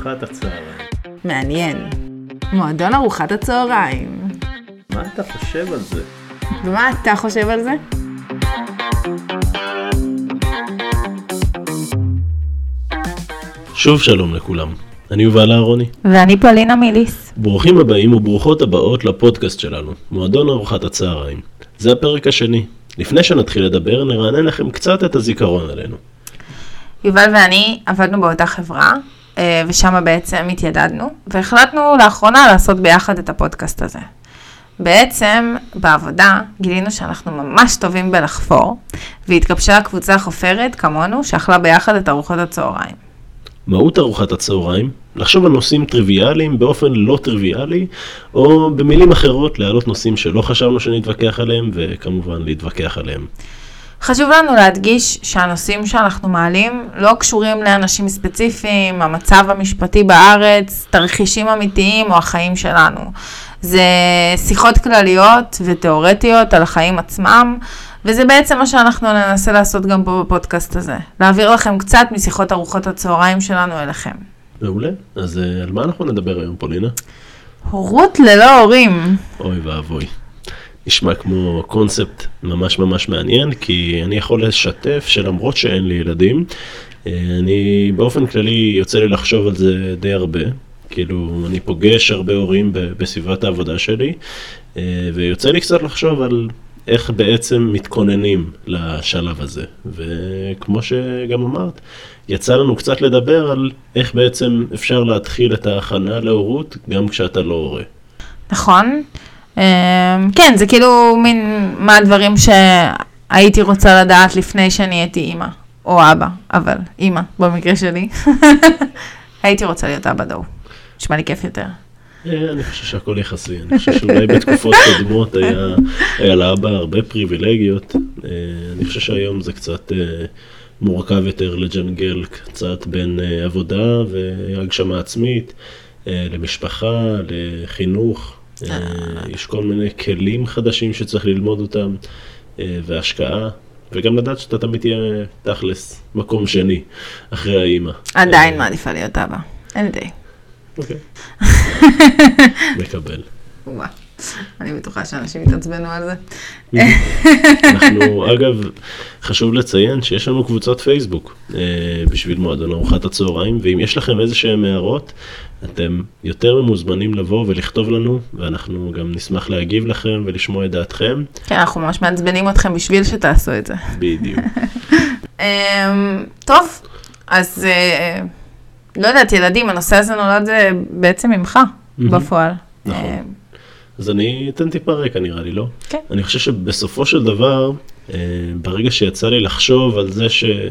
ארוחת הצהריים. מעניין. מועדון ארוחת הצהריים. מה אתה חושב על זה? ומה אתה חושב על זה? שוב שלום לכולם. אני יובל אהרוני. ואני פולינה מיליס. ברוכים הבאים וברוכות הבאות לפודקאסט שלנו, מועדון ארוחת הצהריים. זה הפרק השני. לפני שנתחיל לדבר, נרענן לכם קצת את הזיכרון עלינו. יובל ואני עבדנו באותה חברה, ושם בעצם התיידדנו, והחלטנו לאחרונה לעשות ביחד את הפודקאסט הזה. בעצם בעבודה גילינו שאנחנו ממש טובים בלחפור, והתגבשה קבוצה חופרת כמונו שאכלה ביחד את ארוחות הצהריים. מהות ארוחת הצהריים? לחשוב על נושאים טריוויאליים באופן לא טריוויאלי, או במילים אחרות להעלות נושאים שלא חשבנו שנתווכח עליהם, וכמובן להתווכח עליהם. חשוב לנו להדגיש שהנושאים שאנחנו מעלים לא קשורים לאנשים ספציפיים, המצב המשפטי בארץ, תרחישים אמיתיים או החיים שלנו. זה שיחות כלליות ותיאורטיות על החיים עצמם, וזה בעצם מה שאנחנו ננסה לעשות גם פה בפודקאסט הזה. להעביר לכם קצת משיחות ארוחות הצהריים שלנו אליכם. מעולה. אז על מה אנחנו נדבר היום, פולינה? הורות ללא הורים. אוי ואבוי. נשמע כמו קונספט ממש ממש מעניין, כי אני יכול לשתף שלמרות שאין לי ילדים, אני באופן כללי יוצא לי לחשוב על זה די הרבה. כאילו, אני פוגש הרבה הורים בסביבת העבודה שלי, ויוצא לי קצת לחשוב על איך בעצם מתכוננים לשלב הזה. וכמו שגם אמרת, יצא לנו קצת לדבר על איך בעצם אפשר להתחיל את ההכנה להורות, גם כשאתה לא הורה. נכון. כן, זה כאילו מין מה הדברים שהייתי רוצה לדעת לפני שאני הייתי אימא, או אבא, אבל אימא במקרה שלי. הייתי רוצה להיות אבא דו. נשמע לי כיף יותר. אני חושב שהכל יחסי. אני חושב שאולי בתקופות קודמות היה לאבא הרבה פריבילגיות. אני חושב שהיום זה קצת מורכב יותר לג'נגל קצת בין עבודה והגשמה עצמית, למשפחה, לחינוך. יש כל מיני כלים חדשים שצריך ללמוד אותם, והשקעה, וגם לדעת שאתה תמיד תהיה תכלס מקום שני אחרי האמא. עדיין מעדיפה להיות אבא. אין די. אוקיי. מקבל. וואו. אני בטוחה שאנשים יתעצבנו על זה. אנחנו, אגב, חשוב לציין שיש לנו קבוצת פייסבוק בשביל מועדון ארוחת הצהריים, ואם יש לכם איזשהם הערות, אתם יותר מוזמנים לבוא ולכתוב לנו, ואנחנו גם נשמח להגיב לכם ולשמוע את דעתכם. כן, אנחנו ממש מעצבנים אתכם בשביל שתעשו את זה. בדיוק. טוב, אז לא יודעת, ילדים, הנושא הזה נולד בעצם ממך בפועל. נכון. אז אני אתן טיפה רקע, נראה לי, לא? כן. אני חושב שבסופו של דבר, ברגע שיצא לי לחשוב על זה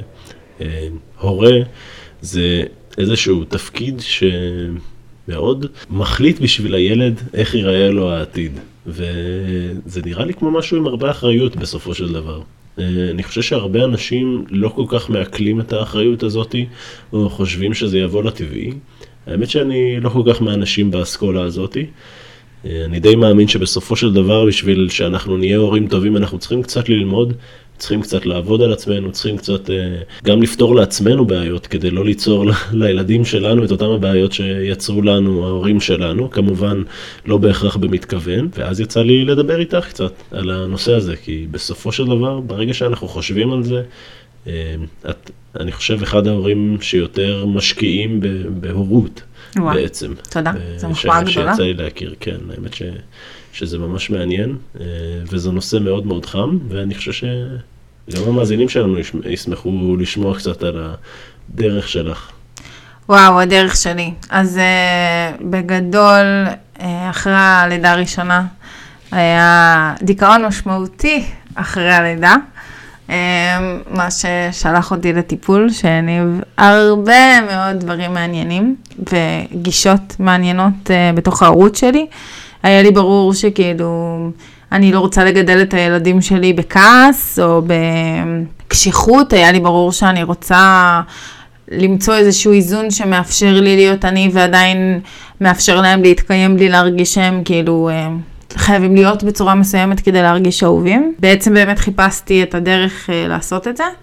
שהורה זה איזשהו תפקיד שמאוד מחליט בשביל הילד איך ייראה לו העתיד. וזה נראה לי כמו משהו עם הרבה אחריות בסופו של דבר. אני חושב שהרבה אנשים לא כל כך מעכלים את האחריות הזאת, או חושבים שזה יבוא לטבעי. האמת שאני לא כל כך מהאנשים באסכולה הזאת. אני די מאמין שבסופו של דבר, בשביל שאנחנו נהיה הורים טובים, אנחנו צריכים קצת ללמוד, צריכים קצת לעבוד על עצמנו, צריכים קצת גם לפתור לעצמנו בעיות, כדי לא ליצור לילדים שלנו את אותם הבעיות שיצרו לנו, ההורים שלנו, כמובן לא בהכרח במתכוון, ואז יצא לי לדבר איתך קצת על הנושא הזה, כי בסופו של דבר, ברגע שאנחנו חושבים על זה, אני חושב אחד ההורים שיותר משקיעים בהורות. וואו, בעצם. תודה, זו מחמאה גדולה. שיצא לי להכיר, כן, האמת שזה ממש מעניין, וזה נושא מאוד מאוד חם, ואני חושב שגם המאזינים שלנו ישמחו לשמוע קצת על הדרך שלך. וואו, הדרך שלי. אז בגדול, אחרי הלידה הראשונה, היה דיכאון משמעותי אחרי הלידה, מה ששלח אותי לטיפול, שהניב הרבה מאוד דברים מעניינים וגישות מעניינות בתוך ההורות שלי. היה לי ברור שכאילו אני לא רוצה לגדל את הילדים שלי בכעס או בקשיחות, היה לי ברור שאני רוצה למצוא איזשהו איזון שמאפשר לי להיות אני ועדיין מאפשר להם להתקיים בלי להרגיש שהם כאילו חייבים להיות בצורה מסוימת כדי להרגיש אהובים. בעצם באמת חיפשתי את הדרך לעשות את זה.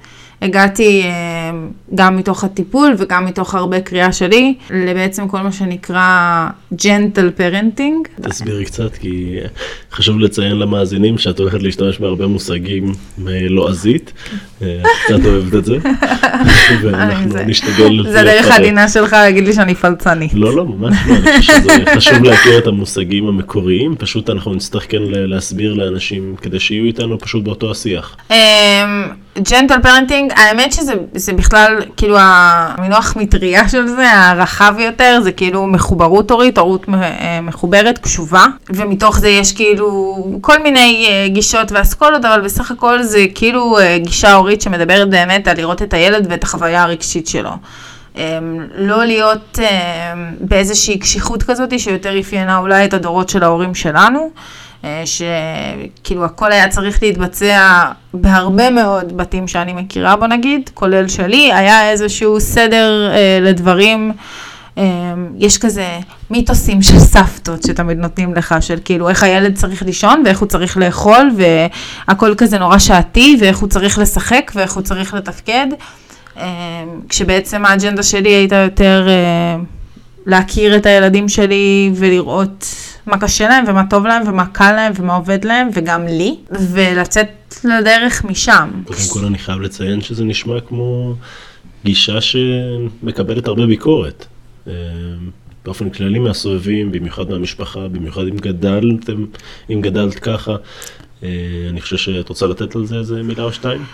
הגעתי גם מתוך הטיפול וגם מתוך הרבה קריאה שלי, לבעצם כל מה שנקרא gentle parenting. תסבירי קצת, כי חשוב לציין למאזינים שאת הולכת להשתמש בהרבה מושגים לועזית, קצת אוהבת את זה, ואנחנו נשתדל... זה דרך עדינה שלך להגיד לי שאני פלצני. לא, לא, ממש לא, אני חושב שזה חשוב להכיר את המושגים המקוריים, פשוט אנחנו נצטרך כן להסביר לאנשים כדי שיהיו איתנו פשוט באותו השיח. ג'נטל פרנטינג, האמת שזה בכלל, כאילו המינוח מטריה של זה, הרחב יותר, זה כאילו מחוברות הורית, הורות מחוברת, קשובה, ומתוך זה יש כאילו כל מיני גישות ואסכולות, אבל בסך הכל זה כאילו גישה הורית שמדברת באמת על לראות את הילד ואת החוויה הרגשית שלו. לא להיות באיזושהי קשיחות כזאת שיותר אפיינה אולי את הדורות של ההורים שלנו, שכאילו הכל היה צריך להתבצע בהרבה מאוד בתים שאני מכירה, בוא נגיד, כולל שלי, היה איזשהו סדר לדברים, יש כזה מיתוסים של סבתות שתמיד נותנים לך, של כאילו איך הילד צריך לישון ואיך הוא צריך לאכול, והכל כזה נורא שעתי, ואיך הוא צריך לשחק ואיך הוא צריך לתפקד, כשבעצם האג'נדה שלי הייתה יותר להכיר את הילדים שלי ולראות מה קשה להם ומה טוב להם ומה קל להם ומה עובד להם וגם לי, ולצאת לדרך משם. קודם כל אני חייב לציין שזה נשמע כמו גישה שמקבלת הרבה ביקורת. באופן כללי מהסובבים, במיוחד מהמשפחה, במיוחד אם גדלת ככה. אני חושב שאת רוצה לתת על זה איזה מילה או שתיים?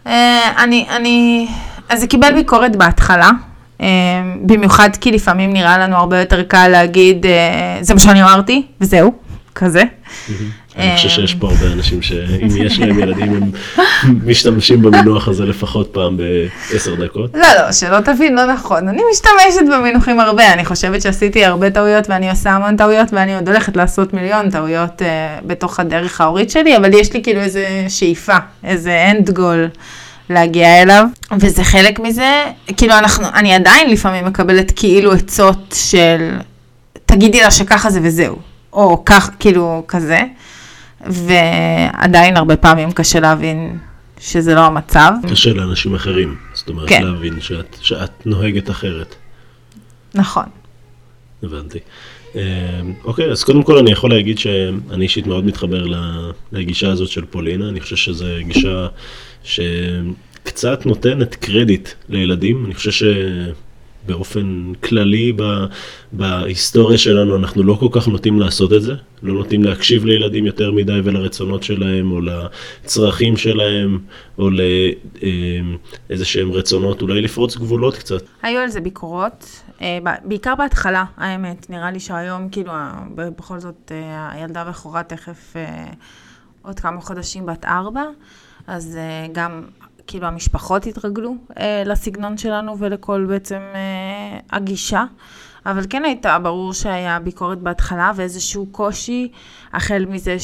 אז זה קיבל ביקורת בהתחלה. במיוחד כי לפעמים נראה לנו הרבה יותר קל להגיד, זה מה שאני אמרתי, וזהו, כזה. אני חושב שיש פה הרבה אנשים שאם יש להם ילדים, הם משתמשים במינוח הזה לפחות פעם ב10 דקות. לא, שלא תבין, לא נכון. אני משתמשת במינוחים הרבה, אני חושבת שעשיתי הרבה טעויות ואני עושה המון טעויות, ואני עוד הולכת לעשות מיליון טעויות בתוך הדרך ההורית שלי, אבל יש לי כאילו איזה שאיפה, איזה end goal. להגיע אליו, וזה חלק מזה, כאילו אני עדיין לפעמים מקבלת כאילו עצות של, תגידי לה שככה זה וזהו, או כך, כאילו כזה, ועדיין הרבה פעמים קשה להבין שזה לא המצב. קשה לאנשים אחרים, זאת אומרת כן. להבין שאת נוהגת אחרת. נכון. הבנתי. אוקיי, אז קודם כל אני יכול להגיד שאני אישית מאוד מתחבר לגישה הזאת של פולינה, אני חושב שזו גישה שקצת נותנת קרדיט לילדים, אני חושב שבאופן כללי בהיסטוריה שלנו אנחנו לא כל כך נוטים לעשות את זה, לא נוטים להקשיב לילדים יותר מדי ולרצונות שלהם או לצרכים שלהם או לאיזה שהם רצונות, אולי לפרוץ גבולות קצת. היו על זה ביקורות, בעיקר בהתחלה, האמת, נראה לי שהיום כאילו בכל זאת הילדה הבכורה תכף עוד כמה חודשים בת 4, אז גם כאילו המשפחות התרגלו לסגנון שלנו ולכל בעצם הגישה, אבל כן הייתה ברור שהיה ביקורת בהתחלה ואיזשהו קושי, החל מזה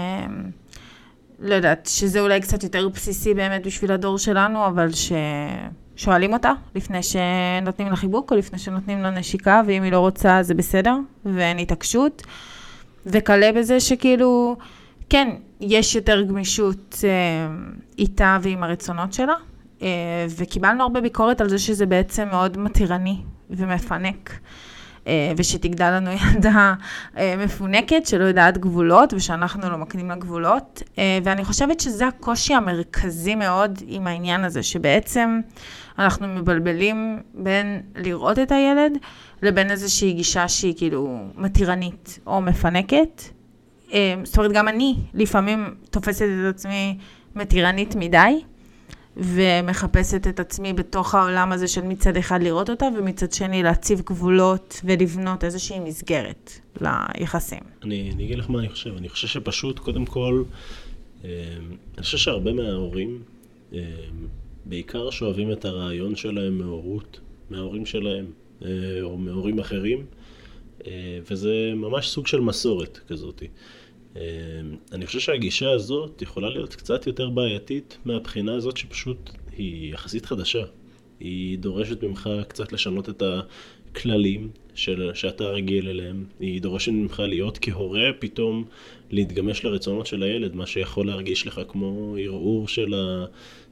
לא יודעת, שזה אולי קצת יותר בסיסי באמת בשביל הדור שלנו, אבל שואלים אותה לפני שנותנים לה חיבוק או לפני שנותנים לה נשיקה, ואם היא לא רוצה זה בסדר, ואין התעקשות, וקלה בזה שכאילו, כן, יש יותר גמישות איתה ועם הרצונות שלה, וקיבלנו הרבה ביקורת על זה שזה בעצם מאוד מתירני ומפנק, ושתגדל לנו ילדה מפונקת שלא יודעת גבולות, ושאנחנו לא מקנים לה גבולות, ואני חושבת שזה הקושי המרכזי מאוד עם העניין הזה, שבעצם אנחנו מבלבלים בין לראות את הילד, לבין איזושהי גישה שהיא כאילו מתירנית או מפנקת. זאת אומרת, גם אני לפעמים תופסת את עצמי מתירנית מדי, ומחפשת את עצמי בתוך העולם הזה של מצד אחד לראות אותה, ומצד שני להציב גבולות ולבנות איזושהי מסגרת ליחסים. אני אגיד לך מה אני חושב. אני חושב שפשוט, קודם כל, אני חושב שהרבה מההורים, בעיקר שאוהבים את הרעיון שלהם מהורות, מההורים שלהם, או מהורים אחרים, וזה ממש סוג של מסורת כזאת. אני חושב שהגישה הזאת יכולה להיות קצת יותר בעייתית מהבחינה הזאת שפשוט היא יחסית חדשה. היא דורשת ממך קצת לשנות את הכללים שאתה רגיל אליהם. היא דורשת ממך להיות כהורה פתאום להתגמש לרצונות של הילד, מה שיכול להרגיש לך כמו ערעור של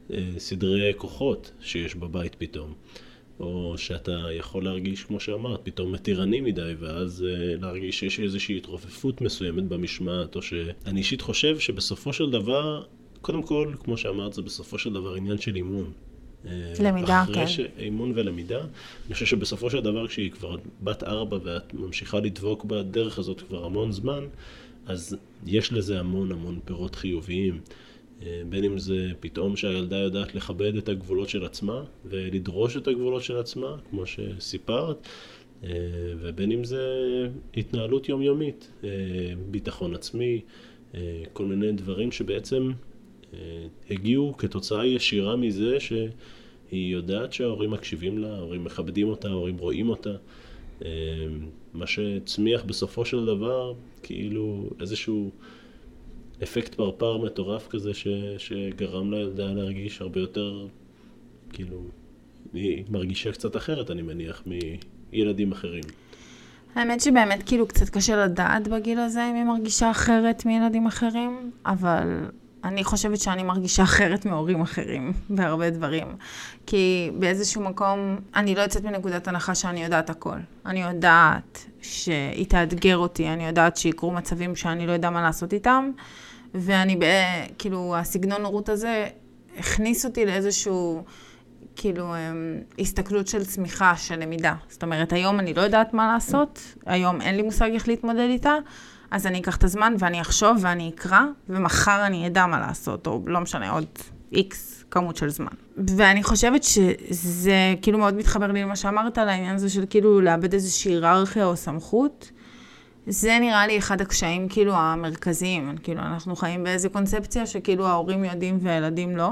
סדרי כוחות שיש בבית פתאום. או שאתה יכול להרגיש, כמו שאמרת, פתאום מתירני מדי, ואז להרגיש שיש איזושהי התרופפות מסוימת במשמעת, או שאני אישית חושב שבסופו של דבר, קודם כל, כמו שאמרת, זה בסופו של דבר עניין של אימון. למידה, כן. אחרי אימון ולמידה, אני חושב שבסופו של דבר, כשהיא כבר בת 4 ואת ממשיכה לדבוק בדרך הזאת כבר המון זמן, אז יש לזה המון פירות חיוביים. בין אם זה פתאום שהילדה יודעת לכבד את הגבולות של עצמה ולדרוש את הגבולות של עצמה, כמו שסיפרת, ובין אם זה התנהלות יומיומית, ביטחון עצמי, כל מיני דברים שבעצם הגיעו כתוצאה ישירה מזה שהיא יודעת שההורים מקשיבים לה, ההורים מכבדים אותה, ההורים רואים אותה. מה שצמיח בסופו של דבר, כאילו איזשהו אפקט פרפר מטורף כזה שגרם לילדה להרגיש הרבה יותר, כאילו, היא מרגישה קצת אחרת, אני מניח, מילדים אחרים. האמת שבאמת כאילו קצת קשה לדעת בגיל הזה אם היא מרגישה אחרת מילדים אחרים, אבל אני חושבת שאני מרגישה אחרת מהורים אחרים בהרבה דברים. כי באיזשהו מקום אני לא יוצאת מנקודת הנחה שאני יודעת הכל. אני יודעת שהיא תאתגר אותי, אני יודעת שיקרו מצבים שאני לא יודע מה לעשות איתם, ואני כאילו הסגנון הורות הזה הכניס אותי לאיזשהו כאילו הסתכלות של צמיחה, של למידה. זאת אומרת, היום אני לא יודעת מה לעשות, היום אין לי מושג איך להתמודד איתה, אז אני אקח את הזמן ואני אחשוב ואני אקרא, ומחר אני אדע מה לעשות, או לא משנה, עוד איקס כמות של זמן. ואני חושבת שזה כאילו מאוד מתחבר לי למה שאמרת על העניין הזה של כאילו לאבד איזושהי היררכיה או סמכות. זה נראה לי אחד הקשיים כאילו המרכזיים. כאילו אנחנו חיים באיזו קונספציה שכאילו ההורים יודעים והילדים לא.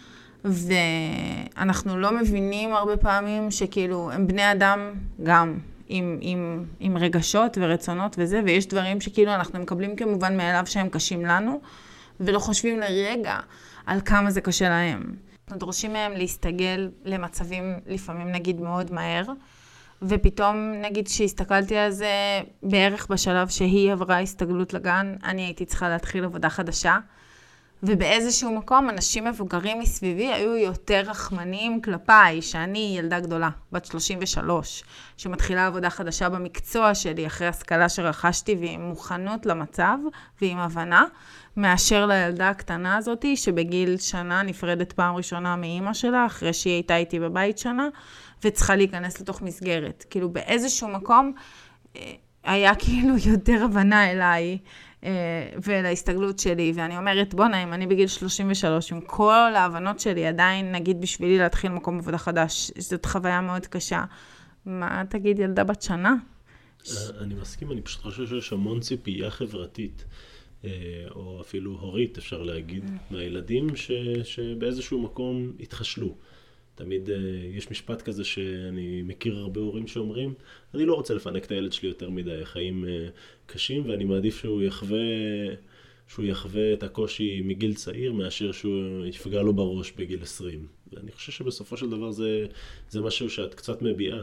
ואנחנו לא מבינים הרבה פעמים שכאילו הם בני אדם גם עם רגשות ורצונות וזה, ויש דברים שכאילו אנחנו מקבלים כמובן מאליו שהם קשים לנו, ולא חושבים לרגע על כמה זה קשה להם. אנחנו דורשים מהם להסתגל למצבים לפעמים נגיד מאוד מהר, ופתאום נגיד שהסתכלתי על זה בערך בשלב שהיא עברה הסתגלות לגן, אני הייתי צריכה להתחיל עבודה חדשה, ובאיזשהו מקום אנשים מבוגרים מסביבי היו יותר רחמנים כלפיי, שאני ילדה גדולה, בת 33, שמתחילה עבודה חדשה במקצוע שלי אחרי השכלה שרכשתי ועם מוכנות למצב ועם הבנה, מאשר לילדה הקטנה הזאת שבגיל שנה נפרדת פעם ראשונה מאמא שלה, אחרי שהיא הייתה איתי בבית שנה, וצריכה להיכנס לתוך מסגרת. כאילו באיזשהו מקום היה כאילו יותר הבנה אליי, ולהסתגלות שלי, ואני אומרת, בונה, אם אני בגיל 33, עם כל ההבנות שלי, עדיין נגיד בשבילי להתחיל מקום עבודה חדש, זאת חוויה מאוד קשה. מה תגיד, ילדה בת שנה? אני מסכים, אני פשוט חושב שיש המון ציפייה חברתית, או אפילו הורית, אפשר להגיד, מהילדים שבאיזשהו מקום התחשלו. תמיד יש משפט כזה שאני מכיר הרבה הורים שאומרים, אני לא רוצה לפנק את הילד שלי יותר מדי, החיים קשים, ואני מעדיף שהוא יחווה את הקושי מגיל צעיר, מאשר שהוא יפגע לו בראש בגיל 20. ואני חושב שבסופו של דבר זה משהו שאת קצת מביעה,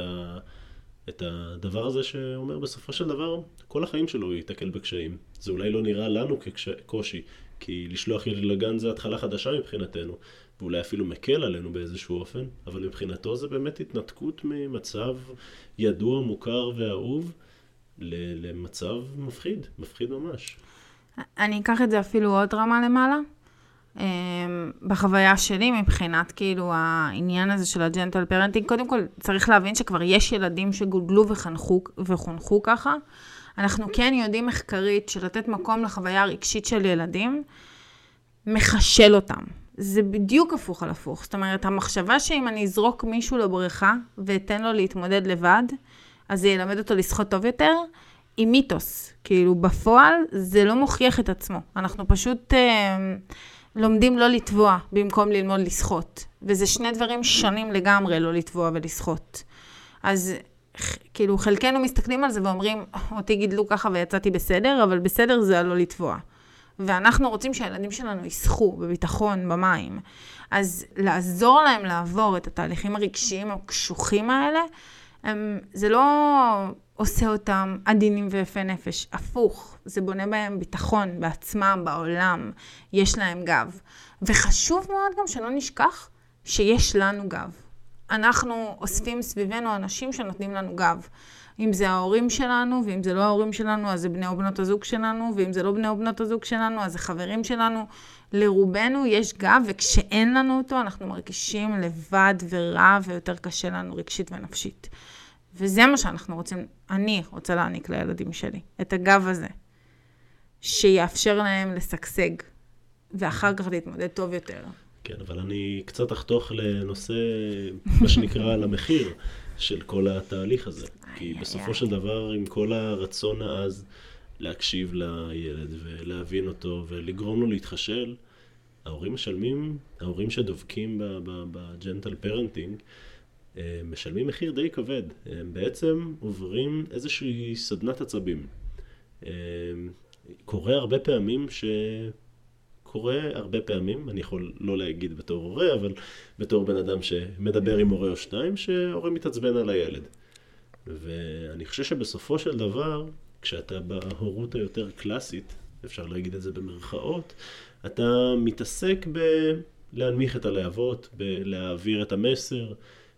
את הדבר הזה שאומר בסופו של דבר, כל החיים שלו ייתקל בקשיים. זה אולי לא נראה לנו כקושי, כי לשלוח ילד לגן זה התחלה חדשה מבחינתנו, ואולי אפילו מקל עלינו באיזשהו אופן, אבל מבחינתו זה באמת התנתקות ממצב ידוע, מוכר ואהוב, למצב מפחיד ממש. אני אקח את זה אפילו עוד רמה למעלה. בחוויה שלי מבחינת כאילו העניין הזה של הג'נטל פרנטינג, קודם כל צריך להבין שכבר יש ילדים שגודלו וחונכו ככה. אנחנו כן יודעים מחקרית שלתת מקום לחוויה הרגשית של ילדים, מחשל אותם. זה בדיוק הפוך על הפוך. זאת אומרת, המחשבה שאם אני אזרוק מישהו לבריכה ואתן לו להתמודד לבד, אז זה ילמד אותו לשחות טוב יותר, היא מיתוס. כאילו בפועל זה לא מוכיח את עצמו. אנחנו פשוט לומדים לא לטבוע במקום ללמוד לשחות. וזה שני דברים שונים לגמרי, לא לטבוע ולשחות. אז כאילו חלקנו מסתכלים על זה ואומרים, אותי גידלו ככה ויצאתי בסדר, אבל בסדר זה לא לטבוע. ואנחנו רוצים שהילדים שלנו ישחו בביטחון במים. אז לעזור להם לעבור את התהליכים הרגשיים הקשוחים האלה, זה לא עושה אותם עדינים ויפי נפש, הפוך, זה בונה בהם ביטחון בעצמם, בעולם, יש להם גב. וחשוב מאוד גם שלא נשכח שיש לנו גב. אנחנו אוספים סביבנו אנשים שנותנים לנו גב. אם זה ההורים שלנו, ואם זה לא ההורים שלנו, אז זה בני או בנות הזוג שלנו, ואם זה לא בני או בנות הזוג שלנו, אז זה חברים שלנו. לרובנו יש גב, וכשאין לנו אותו, אנחנו מרגישים לבד ורע, ויותר קשה לנו רגשית ונפשית. וזה מה שאנחנו רוצים, אני רוצה להעניק לילדים שלי, את הגב הזה, שיאפשר להם לשגשג, ואחר כך להתמודד טוב יותר. כן, אבל אני קצת אחתוך לנושא, מה שנקרא, על המחיר של כל התהליך הזה. כי בסופו של דבר, עם כל הרצון העז להקשיב לילד ולהבין אותו ולגרום לו להתחשל, ההורים משלמים, ההורים שדובקים בג'נטל פרנטינג, משלמים מחיר די כבד. הם בעצם עוברים איזושהי סדנת עצבים. קורה הרבה פעמים, אני יכול לא להגיד בתור הורה, אבל בתור בן אדם שמדבר עם הורה או שניים, שהורה מתעצבן על הילד. ואני חושב שבסופו של דבר, כשאתה בהורות היותר קלאסית, אפשר להגיד את זה במרכאות, אתה מתעסק בלהנמיך את הלהבות, בלהעביר את המסר,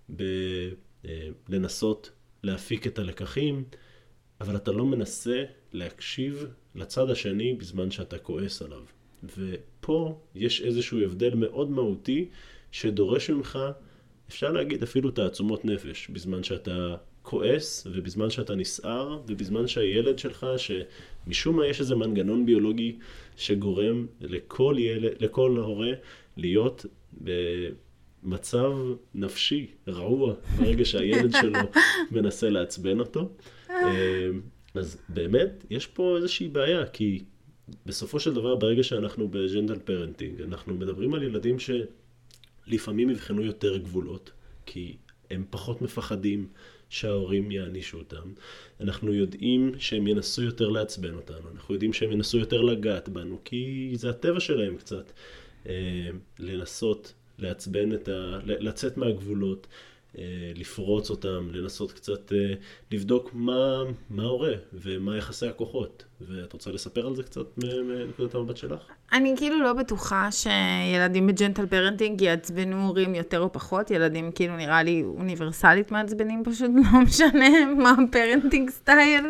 בלנסות להפיק את הלקחים, אבל אתה לא מנסה להקשיב לצד השני בזמן שאתה כועס עליו. ופה יש איזשהו הבדל מאוד מהותי שדורש ממך, אפשר להגיד אפילו תעצומות נפש, בזמן שאתה כועס ובזמן שאתה נסער ובזמן שהילד שלך, שמשום מה יש איזה מנגנון ביולוגי שגורם לכל הורה להיות במצב נפשי רעוע ברגע שהילד שלו מנסה לעצבן אותו. אז באמת יש פה איזושהי בעיה, כי בסופו של דבר, ברגע שאנחנו בג'נטל פרנטינג, אנחנו מדברים על ילדים שלפעמים יבחנו יותר גבולות, כי הם פחות מפחדים שההורים יענישו אותם. אנחנו יודעים שהם ינסו יותר לעצבן אותנו, אנחנו יודעים שהם ינסו יותר לגעת בנו, כי זה הטבע שלהם קצת, לנסות לעצבן לצאת מהגבולות, לפרוץ אותם, לנסות קצת לבדוק מה הורה ומה יחסי הכוחות. ואת רוצה לספר על זה קצת מנקודת המבט שלך? אני כאילו לא בטוחה שילדים בג'נטל פרנטינג יעצבנו הורים יותר או פחות. ילדים כאילו נראה לי אוניברסלית מעצבנים, פשוט לא משנה מה הפרנטינג סטייל.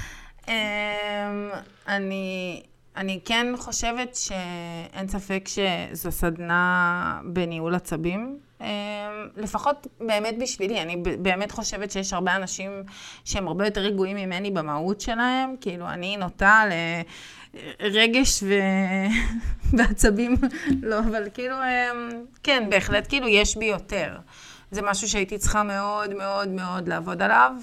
אני כן חושבת שאין ספק שזו סדנה בניהול עצבים. לפחות באמת בשבילי, אני באמת חושבת שיש הרבה אנשים שהם הרבה יותר רגועים ממני במהות שלהם, כאילו אני נוטה לרגש ועצבים, לא, אבל כאילו, כן, בהחלט כאילו יש בי יותר. זה משהו שהייתי צריכה מאוד מאוד מאוד לעבוד עליו,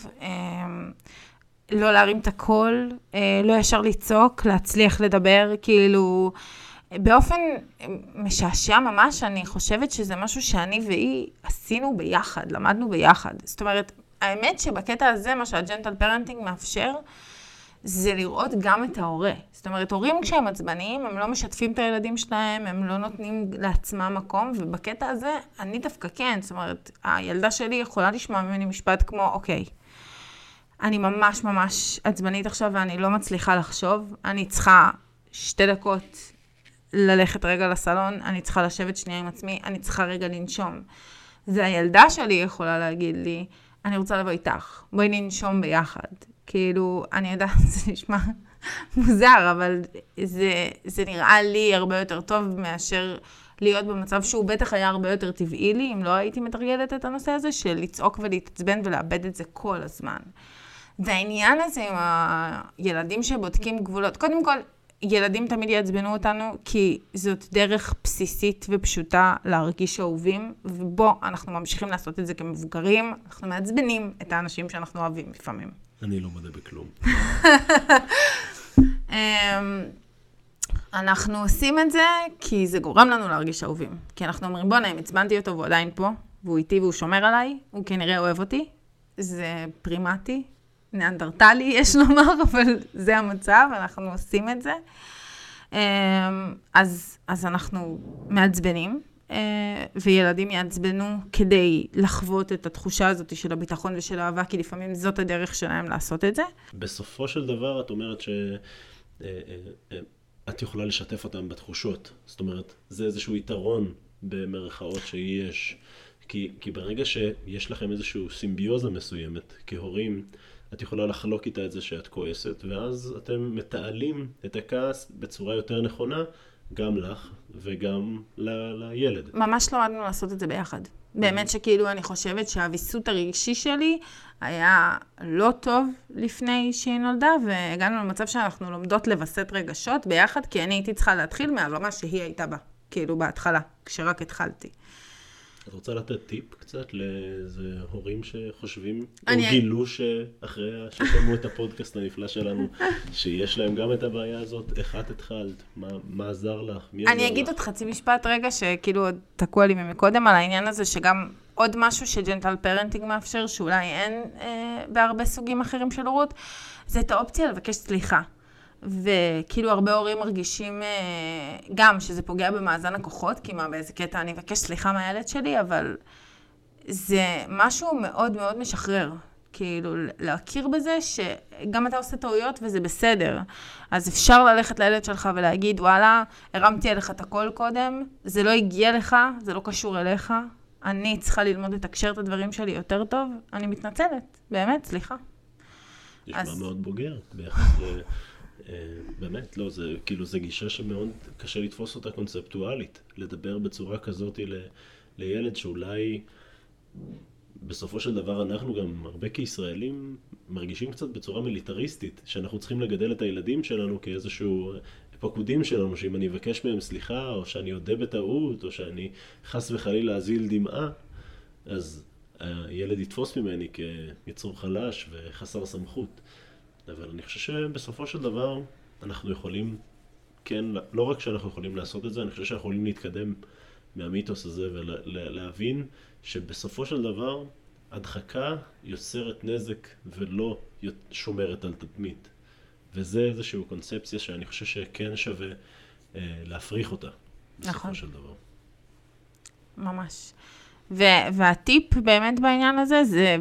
לא להרים את הקול, לא ישר לצעוק, להצליח לדבר, כאילו, באופן משעשע ממש, אני חושבת שזה משהו שאני והיא עשינו ביחד, למדנו ביחד. זאת אומרת, האמת שבקטע הזה, מה שהג'נטל פרנטינג מאפשר, זה לראות גם את ההורה. זאת אומרת, הורים כשהם עצבניים, הם לא משתפים את הילדים שלהם, הם לא נותנים לעצמם מקום, ובקטע הזה, אני דווקא כן. זאת אומרת, הילדה שלי יכולה לשמוע ממני משפט כמו, אוקיי, אני ממש ממש עצבנית עכשיו, ואני לא מצליחה לחשוב, אני צריכה 2 דקות ללכת רגע לסלון, אני צריכה לשבת שנייה עם עצמי, אני צריכה רגע לנשום. והילדה שלי יכולה להגיד לי, אני רוצה לבוא איתך, בואי ננשום ביחד. כאילו, אני יודעת, זה נשמע מוזר, אבל זה נראה לי הרבה יותר טוב מאשר להיות במצב שהוא בטח היה הרבה יותר טבעי לי, אם לא הייתי מתרגלת את הנושא הזה, של לצעוק ולהתעצבן ולאבד את זה כל הזמן. והעניין הזה עם הילדים שבודקים גבולות, קודם כל, ילדים תמיד יעצבנו אותנו, כי זאת דרך בסיסית ופשוטה להרגיש אהובים, ובו אנחנו ממשיכים לעשות את זה כמבוגרים, אנחנו מעצבנים את האנשים שאנחנו אוהבים לפעמים. אני לא מודה בכלום. אנחנו עושים את זה כי זה גורם לנו להרגיש אהובים. כי אנחנו אומרים, בוא נעים, עצבנתי אותו והוא עדיין פה, והוא איתי והוא שומר עליי, הוא כנראה אוהב אותי, זה פרימטי, ניאנדרטלי יש לומר, אבל זה המצב, אנחנו עושים את זה. אז אנחנו מעצבנים, וילדים יעצבנו כדי לחוות את התחושה הזאת של הביטחון ושל האהבה, כי לפעמים זאת הדרך שלהם לעשות את זה. בסופו של דבר את אומרת שאת יכולה לשתף אותם בתחושות. זאת אומרת, זה איזשהו יתרון במרכאות שיש. כי ברגע שיש לכם איזשהו סימביוזה מסוימת כהורים, את יכולה לחלוק איתה את זה שאת כועסת, ואז אתם מתעלים את הכעס בצורה יותר נכונה, גם לך וגם לילד. ממש לא עדנו לעשות את זה ביחד. באמת שכאילו אני חושבת שהוויסות הרגשי שלי היה לא טוב לפני שהיא נולדה, והגענו למצב שאנחנו לומדות לבסט רגשות ביחד, כי אני הייתי צריכה להתחיל מהרמה שהיא הייתה בה, כאילו בהתחלה, כשרק התחלתי. את רוצה לתת טיפ קצת לאיזה הורים שחושבים, או גילו שאחרי ששמעו את הפודקאסט הנפלא שלנו, שיש להם גם את הבעיה הזאת, איך את התחלת, מה עזר לך, מי עזר לך? אני אגיד עוד חצי משפט רגע, שכאילו עוד תקוע לי ממקודם על העניין הזה, שגם עוד משהו שג'נטל פרנטינג מאפשר, שאולי אין בהרבה סוגים אחרים של הורות, זה את האופציה לבקש סליחה. וכאילו הרבה הורים מרגישים גם שזה פוגע במאזן הכוחות, כי מה, באיזה קטע אני אבקש סליחה מהילד שלי, אבל זה משהו מאוד מאוד משחרר. כאילו להכיר בזה שגם אתה עושה טעויות וזה בסדר. אז אפשר ללכת לילד שלך ולהגיד, וואלה, הרמתי עליך את הכל קודם, זה לא הגיע לך, זה לא קשור אליך, אני צריכה ללמוד לתקשר את הדברים שלי יותר טוב, אני מתנצלת, באמת, סליחה. נשמע מאוד בוגר, ביחד באמת, לא, זה כאילו זה גישה שמאוד קשה לתפוס אותה קונספטואלית, לדבר בצורה כזאת לילד שאולי בסופו של דבר אנחנו גם הרבה כישראלים מרגישים קצת בצורה מיליטריסטית, שאנחנו צריכים לגדל את הילדים שלנו כאיזשהו פקודים שלנו, שאם אני אבקש מהם סליחה, או שאני אודה בטעות, או שאני חס וחלילה אזיל דמעה, אז הילד יתפוס ממני כיצור חלש וחסר סמכות. אבל אני חושב שבסופו של דבר אנחנו יכולים, כן, לא רק שאנחנו יכולים לעשות את זה, אני חושב שאנחנו יכולים להתקדם מהמיתוס הזה ולהבין שבסופו של דבר הדחקה יוצרת נזק ולא שומרת על תדמית. וזה איזושהי קונספציה שאני חושב שכן שווה להפריך אותה בסופו של דבר. ממש. והטיפ באמת בעניין הזה זה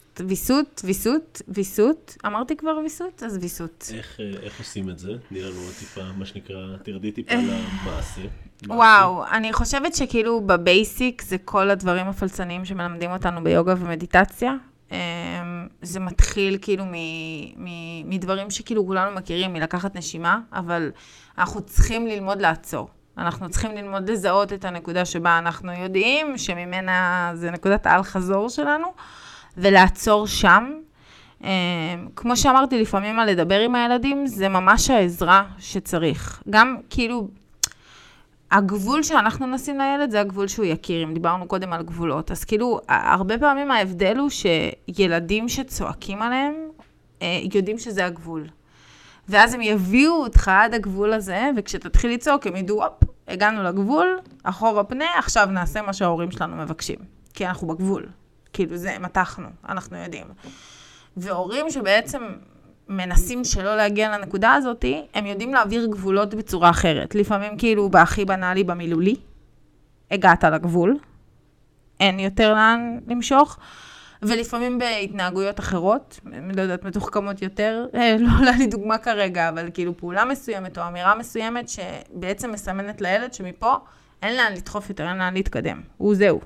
ויסות. אמרתי כבר ויסות? אז ויסות. איך עושים את זה? תני לנו טיפה, מה שנקרא, תרדי טיפה למעשה. וואו, אני חושבת שכאילו בבייסיק זה כל הדברים הפלצניים שמלמדים אותנו ביוגה ומדיטציה. זה מתחיל כאילו מדברים שכאילו כולנו מכירים, מלקחת נשימה, אבל אנחנו צריכים ללמוד לעצור. אנחנו צריכים ללמוד לזהות את הנקודה שבה אנחנו יודעים, שממנה זה נקודת העל חזור שלנו, ולעצור שם. כמו שאמרתי, לפעמים על לדבר עם הילדים, זה ממש העזרה שצריך. גם כאילו, הגבול שאנחנו נשים לילד, זה הגבול שהוא יכיר, אם דיברנו קודם על גבולות. אז כאילו, הרבה פעמים ההבדל הוא שילדים שצועקים עליהם, יודעים שזה הגבול. ואז הם יביאו אותך עד הגבול הזה, וכשתתחיל לצעוק, הם ידעו, הגענו לגבול, אחורה פנה, עכשיו נעשה מה שההורים שלנו מבקשים. כי אנחנו בגבול. כאילו זה, מתחנו, אנחנו יודעים. והורים שבעצם מנסים שלא להגיע לנקודה הזאת, הם יודעים להעביר גבולות בצורה אחרת. לפעמים כאילו בהכי בנאלי במילולי, הגעת לגבול, אין יותר לאן למשוך, ולפעמים בהתנהגויות אחרות, לא יודעת, מתוחכמות יותר, לא עולה לי דוגמה כרגע, אבל כאילו פעולה מסוימת או אמירה מסוימת שבעצם מסמנת לילד שמפה אין לאן לדחוף יותר, אין לאן להתקדם. הוא זהו.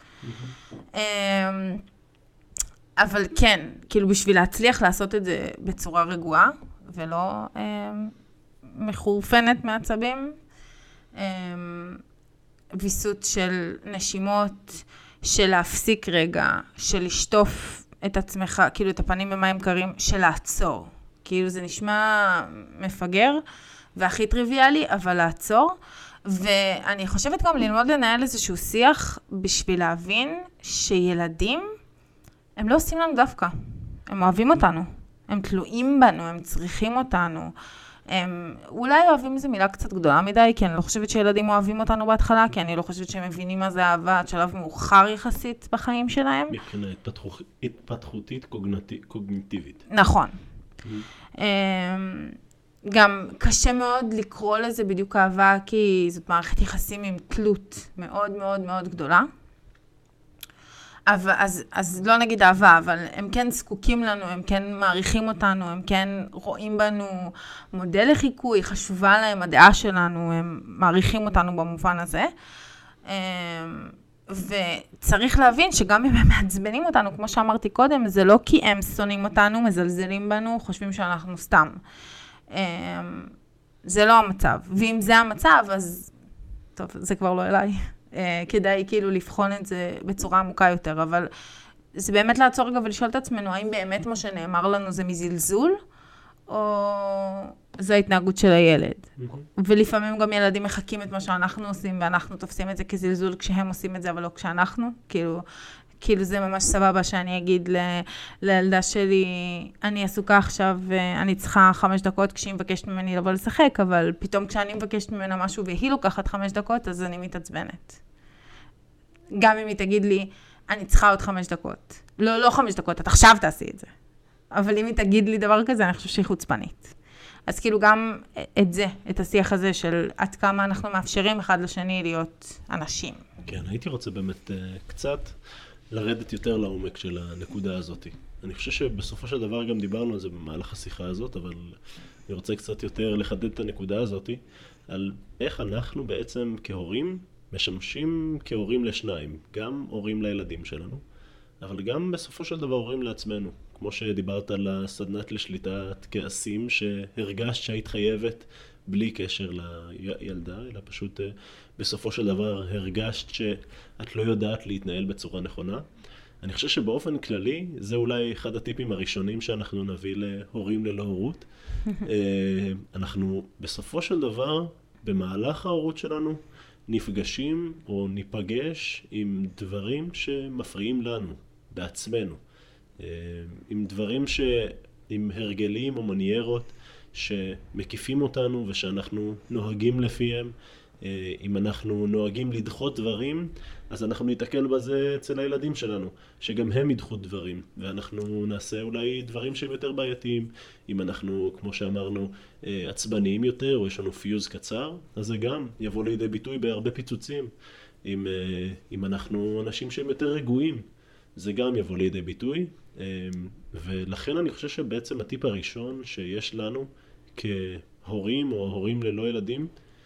אבל כן, כאילו בשביל להצליח לעשות את זה בצורה רגועה, ולא מחורפנת מעצבים, ויסות של נשימות, של להפסיק רגע, של לשטוף את עצמך, כאילו את הפנים במים קרים, של לעצור. כאילו זה נשמע מפגר והכי טריוויאלי, אבל לעצור. ואני חושבת גם ללמוד לנהל איזשהו שיח בשביל להבין שילדים, הם לא עושים לנו דווקא. הם אוהבים אותנו. הם תלויים בנו, הם צריכים אותנו. הם אולי אוהבים איזו מילה קצת גדולה מדי, כי אני לא חושבת שילדים אוהבים אותנו בהתחלה, כי אני לא חושבת שהם מבינים מה זה אהבה, עד שלב מאוחר יחסית בחיים שלהם. מבחינה התפתחותית קוגניטיבית. נכון. גם קשה מאוד לקרוא לזה בדיוק אהבה, כי זאת מערכת יחסים עם תלות מאוד מאוד מאוד גדולה. אז לא נגיד אהבה, אבל הם כן זקוקים לנו, הם כן מעריכים אותנו, הם כן רואים בנו מודל לחיקוי, חשובה להם הדעה שלנו, הם מעריכים אותנו במובן הזה. וצריך להבין שגם אם הם מעצבנים אותנו, כמו שאמרתי קודם, זה לא כי הם שונאים אותנו, מזלזלים בנו, חושבים שאנחנו סתם. זה לא המצב. ואם זה המצב, אז טוב, זה כבר לא אליי. כדאי כאילו לבחון את זה בצורה עמוקה יותר, אבל זה באמת לעצור רגע ולשאול את עצמנו, האם באמת מה שנאמר לנו זה מזלזול, או זו ההתנהגות של הילד. ולפעמים גם ילדים מחכים את מה שאנחנו עושים, ואנחנו תופסים את זה כזלזול כשהם עושים את זה, אבל לא כשאנחנו. כאילו זה ממש סבבה שאני אגיד לילדה שלי, אני עסוקה עכשיו ואני צריכה 5 דקות כשהיא מבקשת ממני לבוא לשחק, אבל פתאום כשאני מבקשת ממנה משהו והיא לוקחת 5 דקות, אז אני מתעצבנת. גם אם היא תגיד לי, אני צריכה עוד 5 דקות. לא 5 דקות, את עכשיו תעשי את זה. אבל אם היא תגיד לי דבר כזה, אני חושב שהיא חוצפנית. אז כאילו גם את זה, את השיח הזה של עד כמה אנחנו מאפשרים אחד לשני להיות אנשים. כן, הייתי רוצה באמת קצת לרדת יותר לעומק של הנקודה הזאת. אני חושב שבסופו של דבר גם דיברנו על זה במהלך השיחה הזאת, אבל אני רוצה קצת יותר לחדד את הנקודה הזאת, על איך אנחנו בעצם כהורים משמשים כהורים לשניים, גם הורים לילדים שלנו, אבל גם בסופו של דבר הורים לעצמנו. כמו שדיברת על הסדנת לשליטת כעסים שהרגשת שהיית חייבת בלי קשר לילדה, אלא פשוט בסופו של דבר הרגשת שאת לא יודעת להתנהל בצורה נכונה. אני חושב שבאופן כללי זה אולי אחד הטיפים הראשונים שאנחנו נביא להורים ללא הורות. אנחנו בסופו של דבר במהלך ההורות שלנו נפגשים או ניפגש עם דברים שמפריעים לנו בעצמנו. עם דברים עם הרגלים או מניירות שמקיפים אותנו ושאנחנו נוהגים לפיהם. אם אנחנו נוהגים לדחות דברים, אז אנחנו ניתקל בזה אצל הילדים שלנו, שגם הם ידחו דברים, ואנחנו נעשה אולי דברים שהם יותר בעייתיים. אם אנחנו, כמו שאמרנו, עצבניים יותר, או יש לנו פיוז קצר, אז זה גם יבוא לידי ביטוי בהרבה פיצוצים. אם אנחנו אנשים שהם יותר רגועים, זה גם יבוא לידי ביטוי. ולכן אני חושב שבעצם הטיפ הראשון שיש לנו כהורים או הורים ללא ילדים,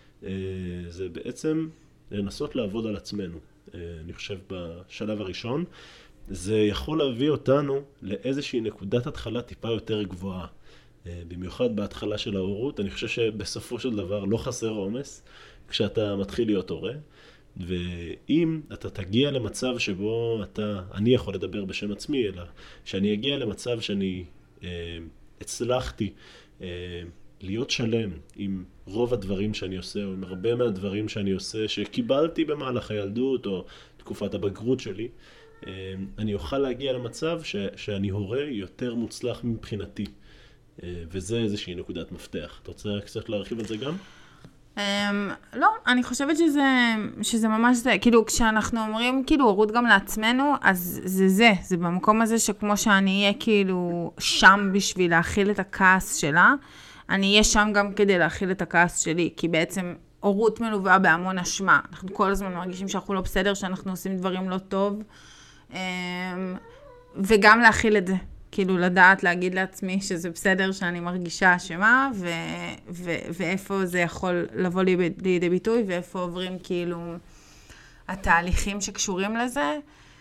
זה בעצם לנסות לעבוד על עצמנו. אני חושב בשלב הראשון, זה יכול להביא אותנו לאיזושהי נקודת התחלה טיפה יותר גבוהה. במיוחד בהתחלה של ההורות, אני חושב שבסופו של דבר לא חסר עומס כשאתה מתחיל להיות הורה. ואם אתה תגיע למצב שבו אני יכול לדבר בשם עצמי, אלא שאני אגיע למצב שאני הצלחתי להיות שלם עם רוב הדברים שאני עושה, או עם הרבה מהדברים שאני עושה, שקיבלתי במהלך הילדות או תקופת הבגרות שלי, אני אוכל להגיע למצב שאני הורה יותר מוצלח מבחינתי. וזה איזושהי נקודת מפתח. אתה רוצה קצת להרחיב על זה גם? לא, אני חושבת שזה ממש זה. כאילו, כשאנחנו אומרים כאילו הורות גם לעצמנו, אז זה במקום הזה שכמו שאני אהיה כאילו שם בשביל להכיל את הכעס שלה, אני אהיה שם גם כדי להכיל את הכעס שלי, כי בעצם הורות מלווה בהמון אשמה. אנחנו כל הזמן מרגישים שאנחנו לא בסדר, שאנחנו עושים דברים לא טוב, וגם להכיל את זה. כאילו לדעת, להגיד לעצמי שזה בסדר שאני מרגישה אשמה, ואיפה זה יכול לבוא לידי ביטוי, ואיפה עוברים כאילו התהליכים שקשורים לזה.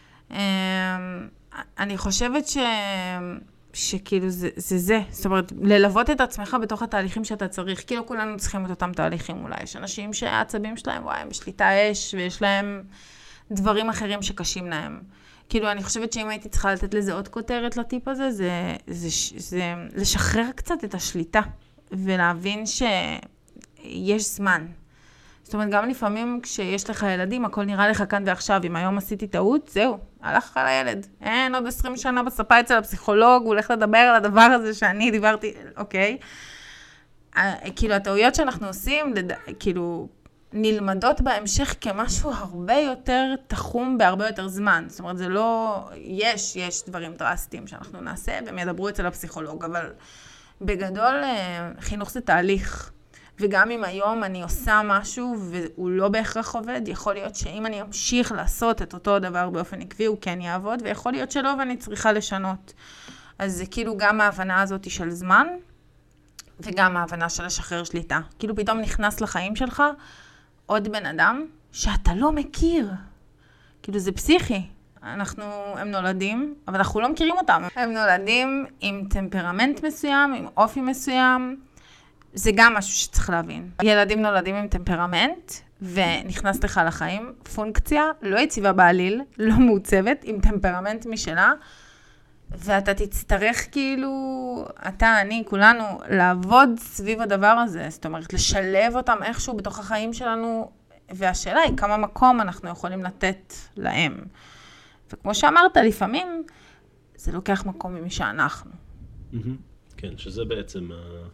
אני חושבת שכאילו זה. זאת אומרת, ללוות את עצמך בתוך התהליכים שאתה צריך, כאילו כולנו צריכים את אותם תהליכים אולי. יש אנשים שהעצבים שלהם, הם בשליטה אש, ויש להם דברים אחרים שקשים להם. כאילו, אני חושבת שאם הייתי צריכה לתת לזה עוד כותרת לטיפ הזה, זה לשחרר קצת את השליטה, ולהבין שיש זמן. זאת אומרת, גם לפעמים כשיש לך ילדים, הכל נראה לך כאן ועכשיו. אם היום עשיתי טעות, זהו, הלך על הילד. אין עוד 20 שנה בספה אצל הפסיכולוג, הוא הולך לדבר על הדבר הזה שאני דיברתי, אוקיי. כאילו, הטעויות שאנחנו עושים, כאילו, נלמדות בהמשך כמשהו הרבה יותר תחום בהרבה יותר זמן. זאת אומרת, זה לא, יש דברים דרסטיים שאנחנו נעשה, והם ידברו אצל הפסיכולוג, אבל, בגדול, חינוך זה תהליך. וגם אם היום אני עושה משהו והוא לא בהכרח עובד, יכול להיות שאם אני אמשיך לעשות את אותו דבר באופן עקבי, הוא כן יעבוד, ויכול להיות שלא ואני צריכה לשנות. אז זה כאילו גם ההבנה הזאת של זמן, וגם ההבנה של לשחרר שליטה. כאילו פתאום נכנס לחיים שלך עוד בן אדם שאתה לא מכיר. כאילו זה פסיכי. הם נולדים, אבל אנחנו לא מכירים אותם. הם נולדים עם טמפרמנט מסוים, עם אופי מסוים. זה גם משהו שצריך להבין. ילדים נולדים עם טמפרמנט, ונכנס לך לחיים פונקציה לא יציבה בעליל, לא מעוצבת, עם טמפרמנט משלה, ואתה תצטרך כאילו, אתה, אני, כולנו, לעבוד סביב הדבר הזה. זאת אומרת, לשלב אותם איכשהו בתוך החיים שלנו, והשאלה היא כמה מקום אנחנו יכולים לתת להם. וכמו שאמרת, לפעמים זה לוקח מקום ממי שאנחנו. כן, שזה בעצם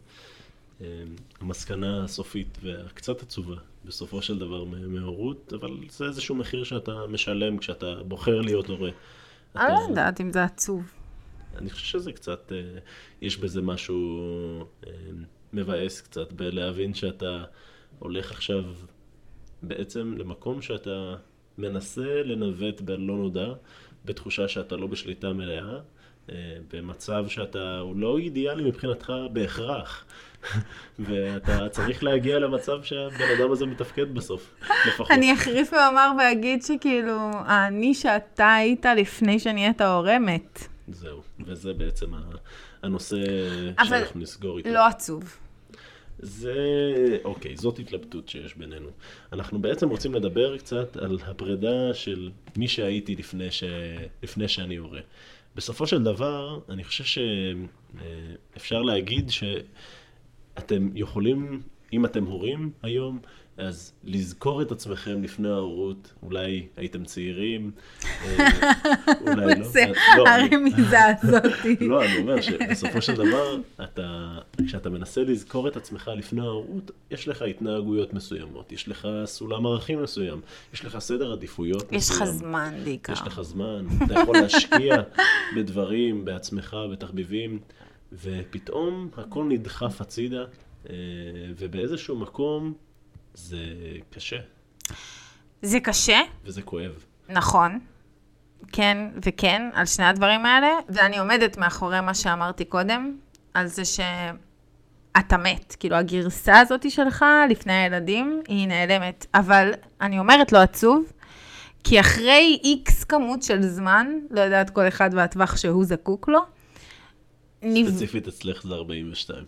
המסקנה הסופית והקצת עצובה בסופו של דבר מהורות, אבל זה איזשהו מחיר שאתה משלם כשאתה בוחר להיות הורה. אני לא יודעת אם זה עצוב. אני חושב שזה קצת, יש בזה משהו מבאס קצת, בלהבין שאתה הולך עכשיו בעצם למקום שאתה מנסה לנווט בלא נודע, בתחושה שאתה לא בשליטה מלאה, במצב שאתה הוא לא אידיאלי מבחינתך בהכרח, ואתה צריך להגיע למצב שהבן אדם הזה מתפקד בסוף, לפחות. אני אחריף ואומר ואגיד שכאילו, אני שאתה היית לפני שנהיית ההורה מת. זהו, וזה בעצם הנושא שאנחנו נסגור איתו. אבל לא עצוב. זה, אוקיי, זאת התלבטות שיש בינינו. אנחנו בעצם רוצים לדבר קצת על הפרידה של מי שהייתי לפני שאני הורה. בסופו של דבר, אני חושב שאפשר להגיד שאתם יכולים, אם אתם הורים היום, אז לזכור את עצמכם לפני ההורות, אולי הייתם צעירים, אולי לא. זה הרמיזה הזאת. לא, אני אומר שבסופו של דבר, כשאתה מנסה לזכור את עצמך לפני ההורות, יש לך התנהגויות מסוימות, יש לך סולם ערכים מסוים, יש לך סדר עדיפויות מסוים. יש לך זמן בעיקר. יש לך זמן, אתה יכול להשקיע בדברים, בעצמך, בתחביבים, ופתאום הכל נדחף הצידה, ובאיזשהו מקום, זה קשה. זה קשה. וזה כואב. נכון. כן וכן, על שני הדברים האלה. ואני עומדת מאחורי מה שאמרתי קודם, על זה שאתה מת. כאילו, הגרסה הזאת שלך לפני הילדים היא נעלמת. אבל אני אומרת לא עצוב, כי אחרי X כמות של זמן, לא יודעת כל אחד והטווח שהוא זקוק לו, ספציפית אצלך זה 42.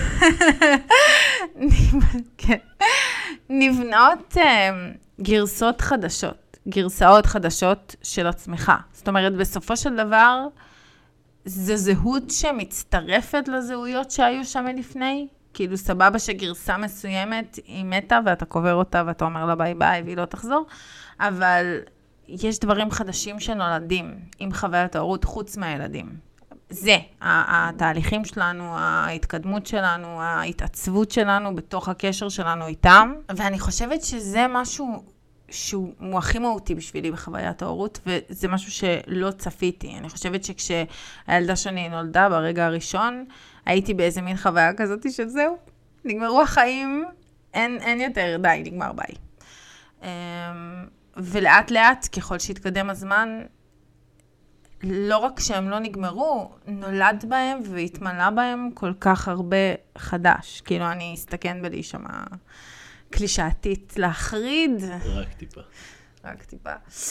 כן. נבנות גרסאות חדשות, גרסאות חדשות של עצמך. זאת אומרת, בסופו של דבר, זו זהות שמצטרפת לזהויות שהיו שם לפני. כאילו, סבבה שגרסה מסוימת היא מתה, ואתה קובר אותה, ואתה אומר לה ביי ביי, והיא לא תחזור. אבל יש דברים חדשים שנולדים עם חוויית ההורות חוץ מהילדים. זה, התהליכים שלנו, ההתקדמות שלנו, ההתעצבות שלנו בתוך הקשר שלנו איתם. ואני חושבת שזה משהו שהוא הכי מהותי בשבילי בחוויית ההורות, וזה משהו שלא צפיתי. אני חושבת שכשהילדה שלי נולדה ברגע הראשון, הייתי באיזה מין חוויה כזאת של זהו, נגמרו החיים, אין יותר, די, נגמר ביי. ולאט לאט, ככל שהתקדם הזמן, לא רק שהם לא נגמרו, נולד בהם והתמלא בהם כל כך הרבה חדש. כאילו, אני אסתכן בלהישמע קלישאתית להחריד. רק טיפה.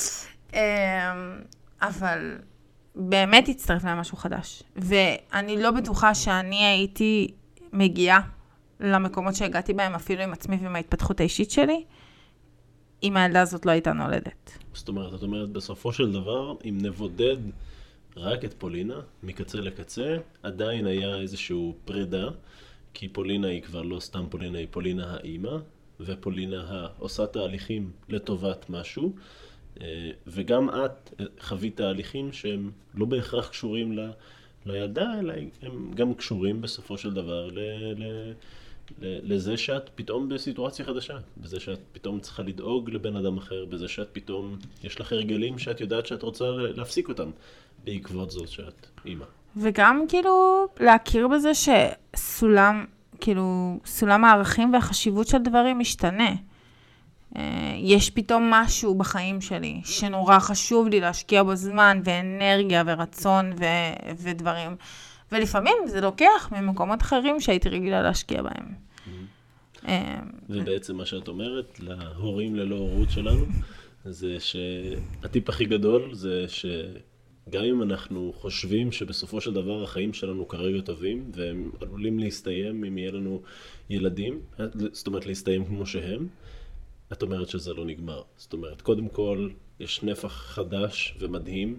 אבל באמת הצטרף להם משהו חדש. ואני לא בטוחה שאני הייתי מגיעה למקומות שהגעתי בהם, אפילו עם עצמי ועם ההתפתחות האישית שלי, אם הילדה הזאת לא הייתה נולדת. זאת אומרת, בסופו של דבר, אם נבודד רק את פולינה, מקצה לקצה, עדיין היה איזשהו פרידה, כי פולינה היא כבר לא סתם פולינה, היא פולינה האימא, ופולינה עושה תהליכים לטובת משהו, וגם את חווית תהליכים שהם לא בהכרח קשורים לילדה, אלא הם גם קשורים בסופו של דבר לזה שאת פתאום בסיטואציה חדשה, בזה שאת פתאום צריכה לדאוג לבן אדם אחר, בזה שאת פתאום, יש לך הרגלים שאת יודעת שאת רוצה להפסיק אותם, בעקבות זאת שאת אימא. וגם כאילו להכיר בזה שסולם, כאילו סולם הערכים והחשיבות של דברים משתנה. יש פתאום משהו בחיים שלי שנורא חשוב לי להשקיע בו זמן ואנרגיה ורצון ודברים. ולפעמים זה לוקח ממקומות אחרים שהייתי רגילה להשקיע בהם. ובעצם מה שאת אומרת להורים ללא הורות שלנו, זה שהטיפ הכי גדול זה שגם אם אנחנו חושבים שבסופו של דבר החיים שלנו כרגע טובים, והם עלולים להסתיים אם יהיה לנו ילדים, זאת אומרת להסתיים כמו שהם, את אומרת שזה לא נגמר. זאת אומרת, קודם כל יש נפח חדש ומדהים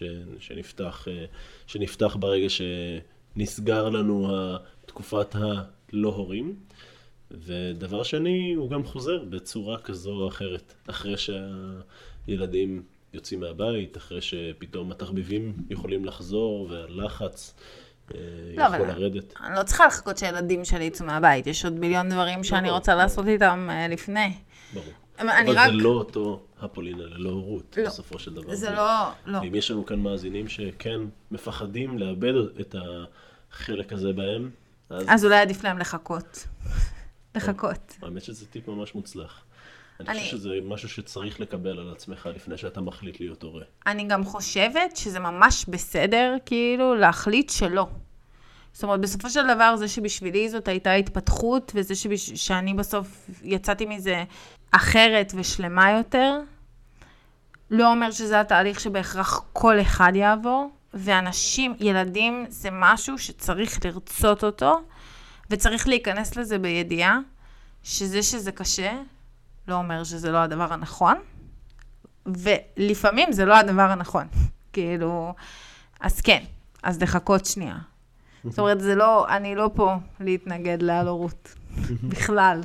שנפתח ברגע שנסגר לנו תקופת הלא הורים. ודבר שני, הוא גם חוזר בצורה כזו או אחרת. אחרי שהילדים יוצאים מהבית, אחרי שפתאום התחביבים יכולים לחזור והלחץ יכול לרדת. אני לא צריכה לחכות שהילדים שלי יצאו מהבית. יש עוד מיליון דברים שאני רוצה לעשות איתם לפני. ברור. אבל זה לא אותו הפולינה ללא הורות, בסופו של דבר. זה לא. אם יש לנו כאן מאזינים שכן מפחדים לאבד את החלק הזה בהם, אז אולי עדיף להם לחכות. האמת שזה טיפ ממש מוצלח. אני חושב שזה משהו שצריך לקבל על עצמך לפני שאתה מחליט להיות הורה. אני גם חושבת שזה ממש בסדר, כאילו, להחליט שלא. זאת אומרת, בסופו של דבר, זה שבשבילי זאת הייתה התפתחות, וזה שאני בסוף יצאתי מזה אחרת ושלמה יותר, לא אומר שזה התהליך שבהכרח כל אחד יעבור, ואנשים, ילדים, זה משהו שצריך לרצות אותו, וצריך להיכנס לזה בידיעה, שזה קשה, לא אומר שזה לא הדבר הנכון, ולפעמים זה לא הדבר הנכון. כאילו, אז כן, אז לחכות שנייה. זאת אומרת, זה לא, אני לא פה להתנגד להורות, בכלל.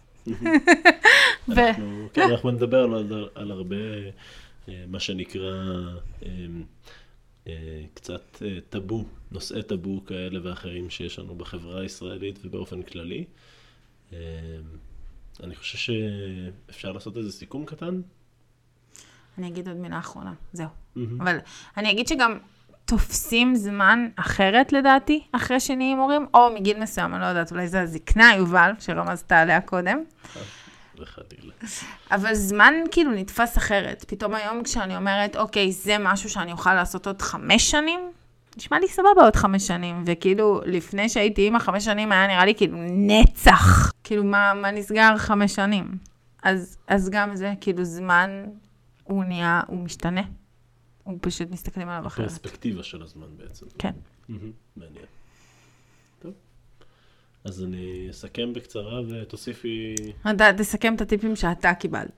אנחנו נדבר על הרבה, מה שנקרא, קצת טאבו, נושאי טאבו כאלה ואחרים שיש לנו בחברה הישראלית ובאופן כללי. אני חושב שאפשר לעשות איזה סיכום קטן. אני אגיד עוד מילה אחרונה, זהו. אבל אני אגיד שגם תופסים זמן אחרת לדעתי, אחרי שנהיים הורים, או מגיל מסוים, אני לא יודעת, אולי זה הזקנה, יובל, שרמזת עליה קודם. וחדילה. אבל זמן כאילו נתפס אחרת. פתאום היום כשאני אומרת, אוקיי, זה משהו שאני אוכל לעשות עוד 5 שנים, נשמע לי סבבה עוד 5 שנים, וכאילו לפני שהייתי אימא 5 שנים היה נראה לי כאילו נצח. כאילו מה נסגר 5 שנים? אז גם זה, כאילו זמן הוא משתנה. הוא פשוט מסתכלים עליו אחרת. הפרספקטיבה של הזמן בעצם. כן. מעניין. טוב. אז אני אסכם בקצרה ותוסיפי... תסכם את הטיפים שאתה קיבלת.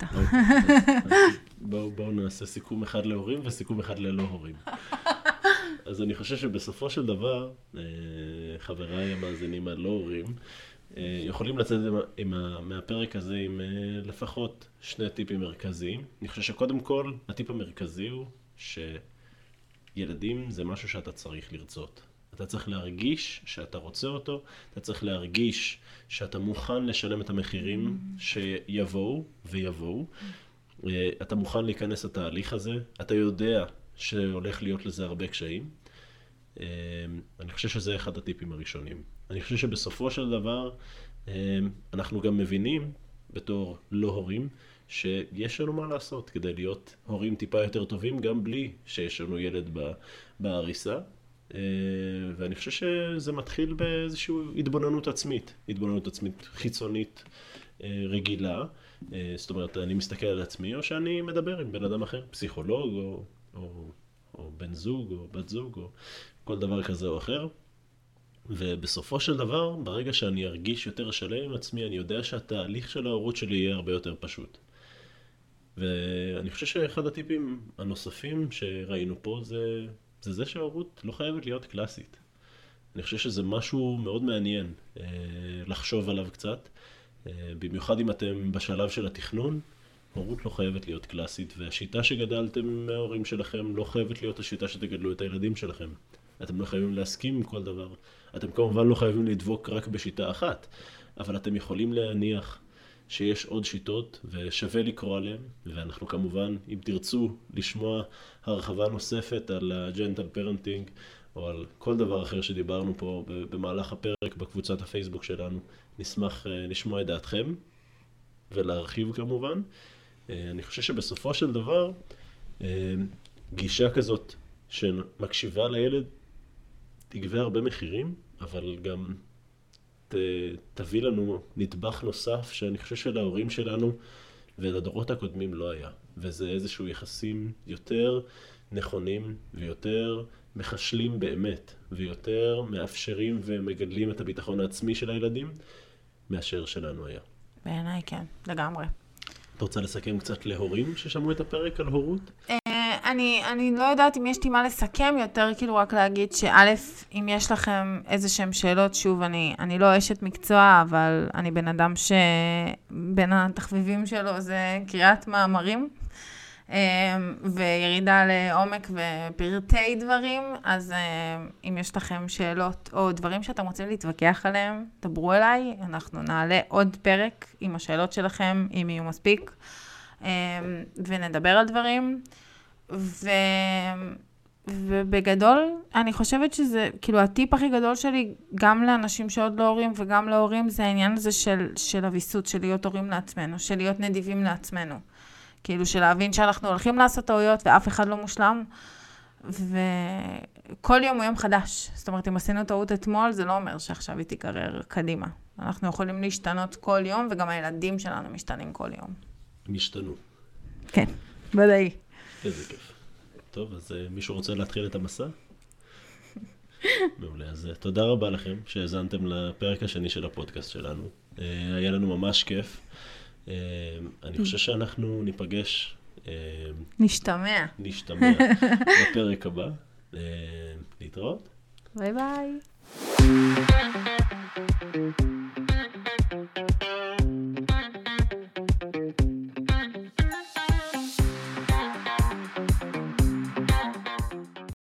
בואו נעשה סיכום אחד להורים וסיכום אחד ללא הורים. אז אני חושב שבסופו של דבר, חבריי המאזינים הלא הורים, יכולים לצאת מהפרק הזה עם לפחות 2 טיפים מרכזיים. אני חושב שקודם כל, הטיפ המרכזי הוא שילדים זה משהו שאתה צריך לרצות. אתה צריך להרגיש שאתה רוצה אותו, אתה צריך להרגיש שאתה מוכן לשלם את המחירים שיבואו ויבואו. אתה מוכן להיכנס לתהליך הזה, אתה יודע שהולך להיות לזה הרבה קשיים. אני חושב שזה אחד הטיפים הראשונים. אני חושב שבסופו של דבר אנחנו גם מבינים בתור לא הורים שיש לנו מה לעשות כדי להיות הורים טיפה יותר טובים גם בלי שיש לנו ילד בעריסה. ואני חושב שזה מתחיל באיזושהי התבוננות עצמית חיצונית רגילה. זאת אומרת, אני מסתכל על עצמי או שאני מדבר עם בן אדם אחר, פסיכולוג או בן זוג או בת זוג או כל דבר כזה או אחר. ובסופו של דבר, ברגע שאני ארגיש יותר שלם עם עצמי, אני יודע שהתהליך של ההורות שלי יהיה הרבה יותר פשוט. ואני חושב שאחד הטיפים הנוספים שראינו פה זה שההורות לא חייבת להיות קלאסית. אני חושב שזה משהו מאוד מעניין לחשוב עליו קצת. במיוחד אם אתם בשלב של התכנון, הורות לא חייבת להיות קלאסית, והשיטה שגדלתם מההורים שלכם לא חייבת להיות השיטה שתגדלו את הילדים שלכם. אתם לא חייבים להסכים עם כל דבר. אתם כמובן לא חייבים לדבוק רק בשיטה אחת, אבל אתם יכולים להניח שיש עוד שיטות ושווה לקרוא עליהם, ואנחנו כמובן, אם תרצו לשמוע הרחבה נוספת על הג'נטל פרנטינג, או על כל דבר אחר שדיברנו פה במהלך הפרק בקבוצת הפייסבוק שלנו, נשמח לשמוע את דעתכם ולהרחיב כמובן. אני חושב שבסופו של דבר, גישה כזאת שמקשיבה לילד תגבה הרבה מחירים, אבל גם תביא לנו נדבך נוסף שאני חושב שלהורים שלנו ולדורות הקודמים לא היה. וזה איזשהו יחסים יותר נכונים ויותר מחשלים באמת, ויותר מאפשרים ומגדלים את הביטחון העצמי של הילדים מאשר שלנו היה. בעיניי כן, לגמרי. אתה רוצה לסכם קצת להורים ששמעו את הפרק על הורות? אני לא יודעת אם יש לי מה לסכם יותר, כאילו רק להגיד שא', אם יש לכם איזה שהם שאלות, שוב, אני לא אשת מקצוע, אבל אני בן אדם שבין התחביבים שלו זה קריאת מאמרים, וירידה לעומק ופרטי דברים, אז אם יש לכם שאלות או דברים שאתם רוצים להתווכח עליהם, דברו אליי, אנחנו נעלה עוד פרק עם השאלות שלכם, אם יהיו מספיק, ונדבר על דברים. ובגדול, אני חושבת שזה, כאילו, הטיפ הכי גדול שלי, גם לאנשים שעוד לא הורים וגם להורים, זה העניין הזה של הוויסות, של להיות הורים לעצמנו, של להיות נדיבים לעצמנו. כאילו, של להבין שאנחנו הולכים לעשות טעויות ואף אחד לא מושלם, וכל יום הוא יום חדש. זאת אומרת, אם עשינו טעות אתמול, זה לא אומר שעכשיו היא תיקרר קדימה. אנחנו יכולים להשתנות כל יום, וגם הילדים שלנו משתנים כל יום. הם השתנו. כן, ודאי. איזה כיף. טוב, אז מישהו רוצה להתחיל את המסע? מעולה, אז תודה רבה לכם שהאזנתם לפרק השני של הפודקאסט שלנו. היה לנו ממש כיף. אני חושב שאנחנו ניפגש. נשתמע. בפרק הבא. להתראות. ביי ביי.